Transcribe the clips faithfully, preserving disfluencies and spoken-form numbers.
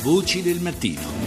Voci del mattino.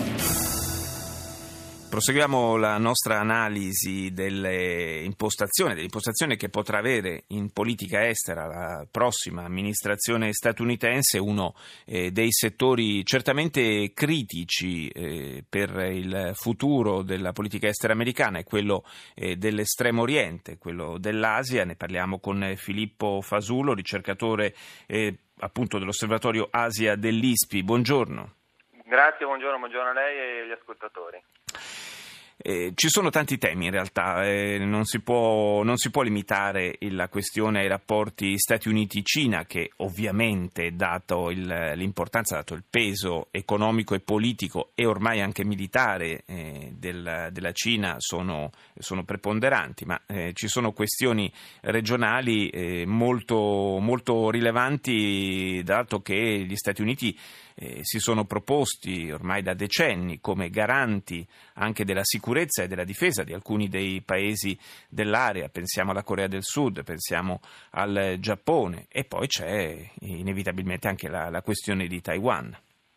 Proseguiamo la nostra analisi delle impostazioni, dell'impostazione che potrà avere in politica estera la prossima amministrazione statunitense, uno eh, dei settori certamente critici eh, per il futuro della politica estera americana è quello eh, dell'estremo oriente, quello dell'Asia. Ne parliamo con Filippo Fasulo, ricercatore eh, appunto dell'Osservatorio Asia dell'I S P I. Buongiorno. Grazie, buongiorno, buongiorno a lei e agli ascoltatori. Eh, ci sono tanti temi in realtà, eh, non si può, non si può limitare la questione ai rapporti Stati Uniti-Cina, che ovviamente, dato il, l'importanza, dato il peso economico e politico e ormai anche militare eh, del, della Cina, sono, sono preponderanti, ma eh, ci sono questioni regionali eh, molto, molto rilevanti, dato che gli Stati Uniti Eh, si sono proposti ormai da decenni come garanti anche della sicurezza e della difesa di alcuni dei paesi dell'area. Pensiamo alla Corea del Sud, pensiamo al Giappone, e poi c'è inevitabilmente anche la, la questione di Taiwan.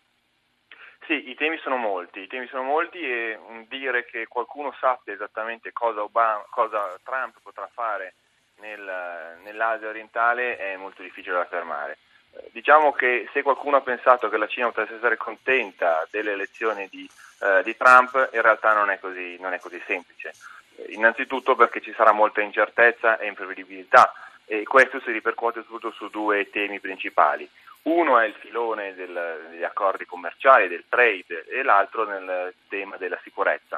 Sì, i temi sono molti, i temi sono molti e dire che qualcuno sappia esattamente cosa, Obama, cosa Trump potrà fare nel, nell'Asia orientale è molto difficile da affermare. Diciamo che se qualcuno ha pensato che la Cina potesse essere contenta delle elezioni di, eh, di Trump, in realtà non è così, non è così semplice. Eh, innanzitutto perché ci sarà molta incertezza e imprevedibilità, e questo si ripercuote soprattutto su due temi principali. Uno è il filone del, degli accordi commerciali, del trade, e l'altro nel tema della sicurezza.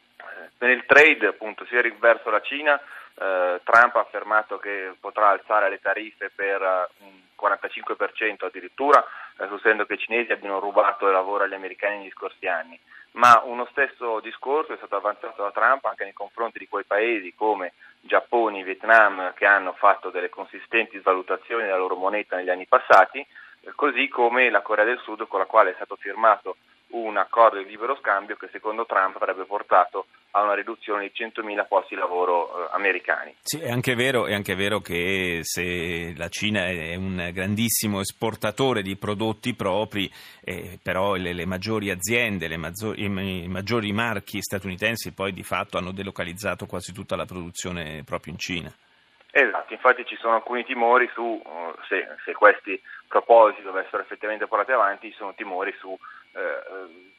Eh, nel trade, appunto, sia verso la Cina, eh, Trump ha affermato che potrà alzare le tariffe per un uh, quarantacinque per cento addirittura, eh, sostenendo che i cinesi abbiano rubato il lavoro agli americani negli scorsi anni. Ma uno stesso discorso è stato avanzato da Trump anche nei confronti di quei paesi come Giappone e Vietnam, che hanno fatto delle consistenti svalutazioni della loro moneta negli anni passati, eh, così come la Corea del Sud, con la quale è stato firmato un accordo di libero scambio che secondo Trump avrebbe portato a una riduzione di centomila posti di lavoro eh, americani. Sì, è anche vero, è anche vero che se la Cina è un grandissimo esportatore di prodotti propri, eh, però le, le maggiori aziende, le maggiori, i, i maggiori marchi statunitensi poi di fatto hanno delocalizzato quasi tutta la produzione proprio in Cina. Esatto, infatti ci sono alcuni timori su uh, se, se questi propositi dovessero effettivamente portati avanti, ci sono timori su eh,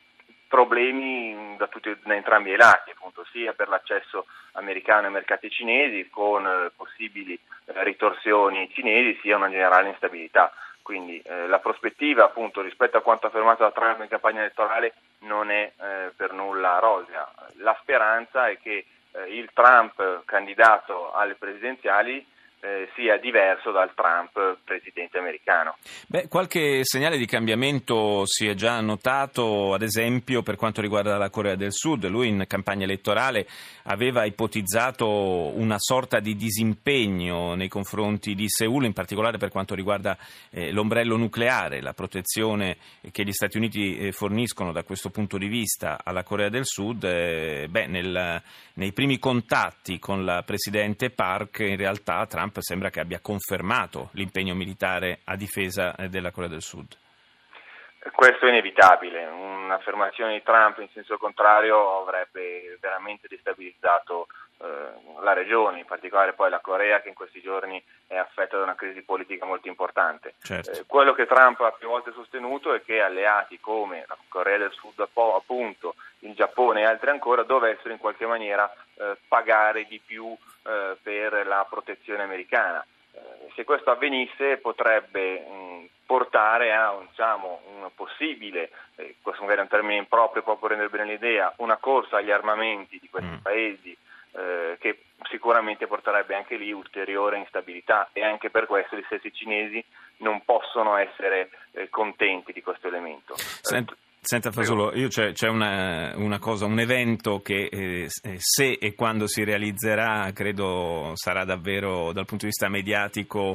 problemi da, tutti, da entrambi i lati, appunto, sia per l'accesso americano ai mercati cinesi con eh, possibili eh, ritorsioni cinesi, sia una generale instabilità. Quindi eh, la prospettiva, appunto, rispetto a quanto affermato da Trump in campagna elettorale non è eh, per nulla rosea. La speranza è che eh, il Trump candidato alle presidenziali Eh, sia diverso dal Trump presidente americano. Beh, qualche segnale di cambiamento si è già notato, ad esempio per quanto riguarda la Corea del Sud. Lui in campagna elettorale aveva ipotizzato una sorta di disimpegno nei confronti di Seul, in particolare per quanto riguarda eh, l'ombrello nucleare, la protezione che gli Stati Uniti eh, forniscono da questo punto di vista alla Corea del Sud. Eh, beh, nel, nei primi contatti con la presidente Park, in realtà Trump sembra che abbia confermato l'impegno militare a difesa della Corea del Sud. Questo è inevitabile. Un'affermazione di Trump in senso contrario avrebbe veramente destabilizzato eh, la regione, in particolare poi la Corea, che in questi giorni è affetta da una crisi politica molto importante. Certo. Eh, quello che Trump ha più volte sostenuto è che alleati come la Corea del Sud, appunto, il Giappone e altri ancora, dovessero in qualche maniera eh, pagare di più eh, per la protezione americana. Eh, se questo avvenisse potrebbe mh, portare a un, diciamo, un possibile, eh, questo magari è un termine improprio, può rendere bene l'idea, una corsa agli armamenti di questi mm. paesi, eh, che sicuramente porterebbe anche lì ulteriore instabilità, e anche per questo gli stessi cinesi non possono essere eh, contenti di questo elemento. Senti. Senta Fasulo, io c'è, c'è una, una cosa, un evento che eh, se e quando si realizzerà credo sarà davvero dal punto di vista mediatico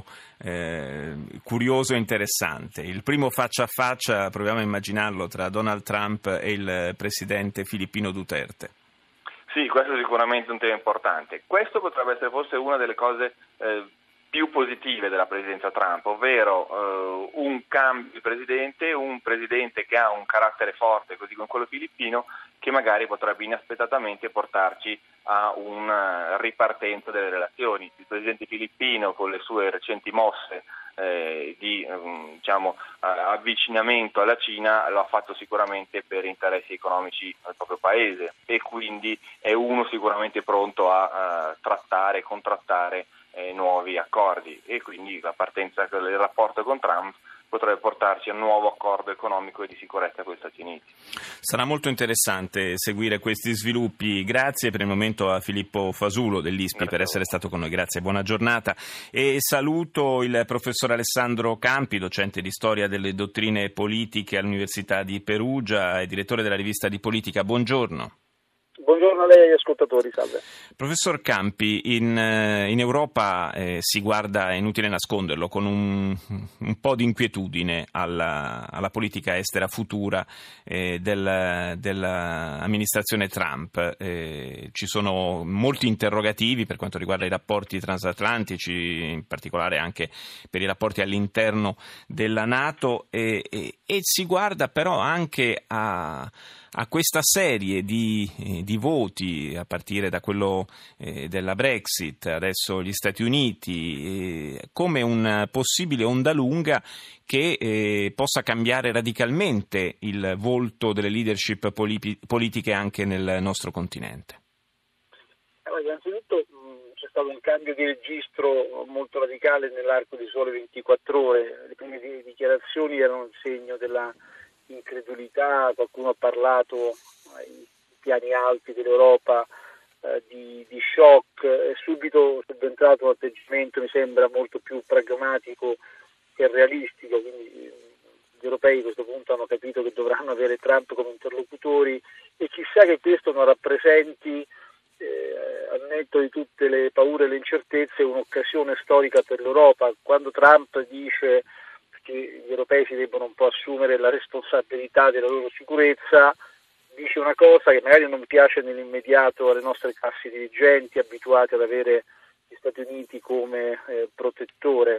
eh, curioso e interessante. Il primo faccia a faccia, proviamo a immaginarlo, tra Donald Trump e il presidente filippino Duterte. Sì, questo è sicuramente un tema importante. Questo potrebbe essere forse una delle cose eh, più positive della presidenza Trump, ovvero eh, un cambio di presidente, un presidente che ha un carattere forte, così come quello filippino, che magari potrebbe inaspettatamente portarci a una ripartenza delle relazioni. Il presidente filippino, con le sue recenti mosse eh, di um, diciamo, avvicinamento alla Cina, lo ha fatto sicuramente per interessi economici del proprio paese e quindi è uno sicuramente pronto a, a trattare, contrattare eh, nuovi accordi, e quindi la partenza del rapporto con Trump potrebbe portarci a un nuovo accordo economico e di sicurezza con gli Stati Uniti. Sarà molto interessante seguire questi sviluppi. Grazie per il momento a Filippo Fasulo dell'I S P I per essere stato con noi. Grazie, buona giornata. E saluto il professor Alessandro Campi, docente di storia delle dottrine politiche all'Università di Perugia e direttore della rivista di politica. Buongiorno. Buongiorno a lei e agli ascoltatori, salve. Professor Campi, in, in Europa eh, si guarda, è inutile nasconderlo, con un, un po' di inquietudine alla, alla politica estera futura eh, del, dell'amministrazione Trump. Eh, ci sono molti interrogativi per quanto riguarda i rapporti transatlantici, in particolare anche per i rapporti all'interno della NATO, e, e, e si guarda però anche a... a questa serie di, eh, di voti, a partire da quello eh, della Brexit, adesso gli Stati Uniti, eh, come un possibile onda lunga che eh, possa cambiare radicalmente il volto delle leadership poli- politiche anche nel nostro continente. Allora, innanzitutto mh, c'è stato un cambio di registro molto radicale nell'arco di sole ventiquattro ore. Le prime dichiarazioni erano un segno della incredulità, qualcuno ha parlato ai piani alti dell'Europa eh, di, di shock, è subito subentrato un atteggiamento, mi sembra, molto più pragmatico e realistico, quindi gli europei a questo punto hanno capito che dovranno avere Trump come interlocutori, e chissà che questo non rappresenti, eh, al netto di tutte le paure e le incertezze, un'occasione storica per l'Europa. Quando Trump dice che gli europei si debbono un po' assumere la responsabilità della loro sicurezza, dice una cosa che magari non piace nell'immediato alle nostre classi dirigenti abituate ad avere gli Stati Uniti come eh, protettore,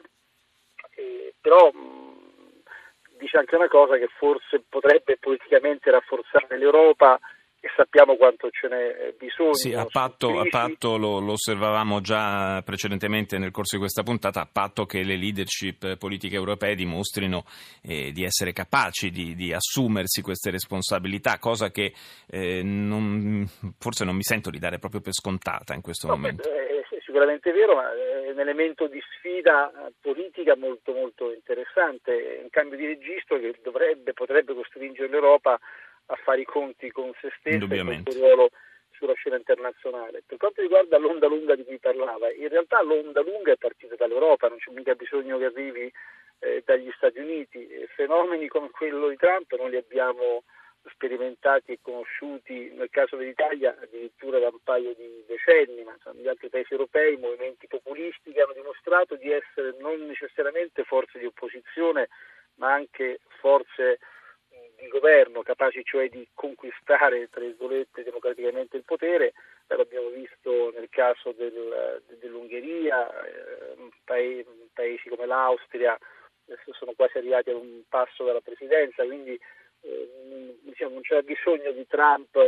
eh, però mh, dice anche una cosa che forse potrebbe politicamente rafforzare l'Europa, e sappiamo quanto ce n'è bisogno. Sì, a patto, a patto lo, lo osservavamo già precedentemente nel corso di questa puntata, a patto che le leadership politiche europee dimostrino eh, di essere capaci di, di assumersi queste responsabilità, cosa che eh, non, forse non mi sento di dare proprio per scontata in questo no, momento. È sicuramente vero, ma è un elemento di sfida politica molto molto interessante, un cambio di registro che dovrebbe, potrebbe costringere l'Europa a fare i conti con se stessa e con il suo ruolo sulla scena internazionale. Per quanto riguarda l'onda lunga di cui parlava, in realtà l'onda lunga è partita dall'Europa, non c'è mica bisogno che arrivi eh, dagli Stati Uniti. Fenomeni come quello di Trump noi li abbiamo sperimentati e conosciuti nel caso dell'Italia addirittura da un paio di decenni, ma insomma, negli altri paesi europei movimenti populisti che hanno dimostrato di essere non necessariamente forze di opposizione, ma anche forze di governo, capaci cioè di conquistare, tra virgolette, democraticamente il potere. L'abbiamo visto nel caso del, dell'Ungheria, eh, paesi, paesi come l'Austria adesso sono quasi arrivati a un passo dalla presidenza, quindi eh, diciamo, non c'era bisogno di Trump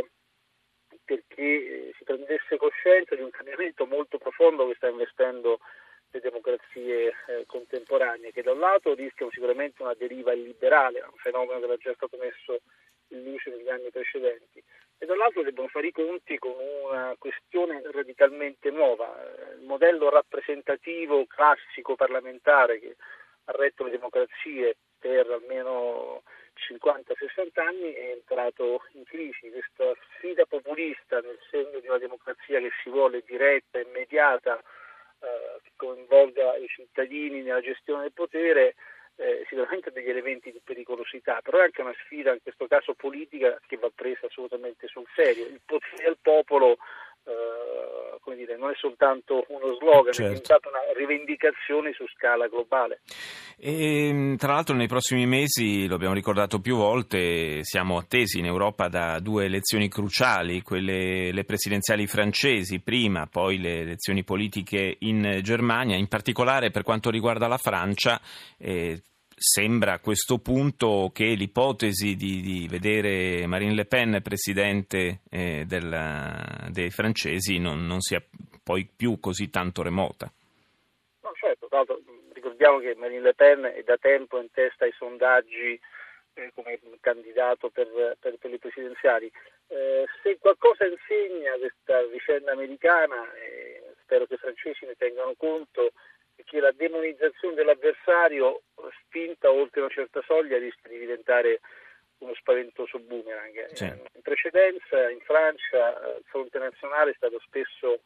perché eh, si prendesse coscienza di un cambiamento molto profondo che sta investendo le democrazie eh, contemporanee, che da un lato rischiano sicuramente una deriva illiberale, un fenomeno che era già stato messo in luce negli anni precedenti, e dall'altro debbono fare i conti con una questione radicalmente nuova. Il modello rappresentativo classico parlamentare che ha retto le democrazie per almeno cinquanta sessanta anni è entrato in crisi. Questa sfida populista nel segno di una democrazia che si vuole diretta, immediata, eh, che coinvolga i cittadini nella gestione del potere, eh, sicuramente ha degli elementi di pericolosità, però è anche una sfida, in questo caso politica, che va presa assolutamente sul serio. Il potere del popolo, eh, come dire, non è soltanto uno slogan, certo. È diventata una rivendicazione su scala globale. E, tra l'altro nei prossimi mesi, lo abbiamo ricordato più volte, siamo attesi in Europa da due elezioni cruciali, quelle le presidenziali francesi prima, poi le elezioni politiche in Germania, in particolare per quanto riguarda la Francia. Eh, Sembra a questo punto che l'ipotesi di, di vedere Marine Le Pen presidente eh, della, dei francesi non, non sia poi più così tanto remota. No, certo, tra l'altro ricordiamo che Marine Le Pen è da tempo in testa ai sondaggi eh, come candidato per, per, per le presidenziali. Eh, se qualcosa insegna questa vicenda americana, eh, spero che i francesi ne tengano conto, che la demonizzazione dell'avversario spinta oltre una certa soglia rischia di diventare uno spaventoso boomerang. Sì. In precedenza in Francia il fronte nazionale è stato spesso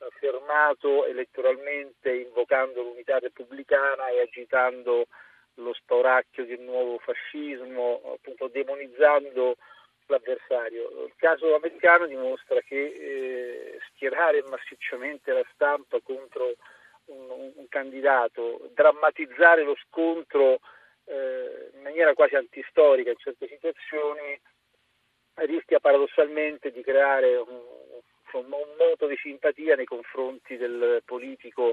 fermato elettoralmente invocando l'unità repubblicana e agitando lo spauracchio del nuovo fascismo, appunto demonizzando l'avversario. Il caso americano dimostra che eh, schierare massicciamente la stampa contro Un, un candidato, drammatizzare lo scontro eh, in maniera quasi antistorica in certe situazioni rischia paradossalmente di creare un, un moto di simpatia nei confronti del politico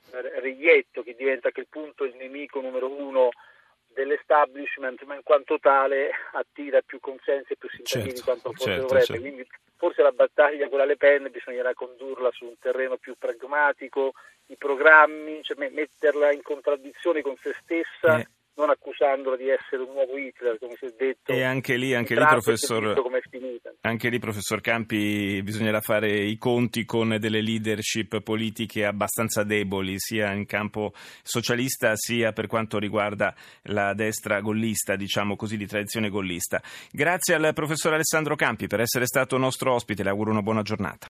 reietto, che diventa a quel punto il nemico numero uno dell'establishment, ma in quanto tale attira più consensi e più simpatie certo, di quanto forse certo, dovrebbe. certo. Quindi forse la battaglia con la Le Pen bisognerà condurla su un terreno più pragmatico, i programmi, cioè metterla in contraddizione con se stessa, eh. non accusandola di essere un nuovo Hitler, come si è detto. E anche lì, anche lì professor, come è finita. Anche lì, professor Campi, bisognerà fare i conti con delle leadership politiche abbastanza deboli, sia in campo socialista sia per quanto riguarda la destra gollista, diciamo così, di tradizione gollista. Grazie al professor Alessandro Campi per essere stato nostro ospite, le auguro una buona giornata.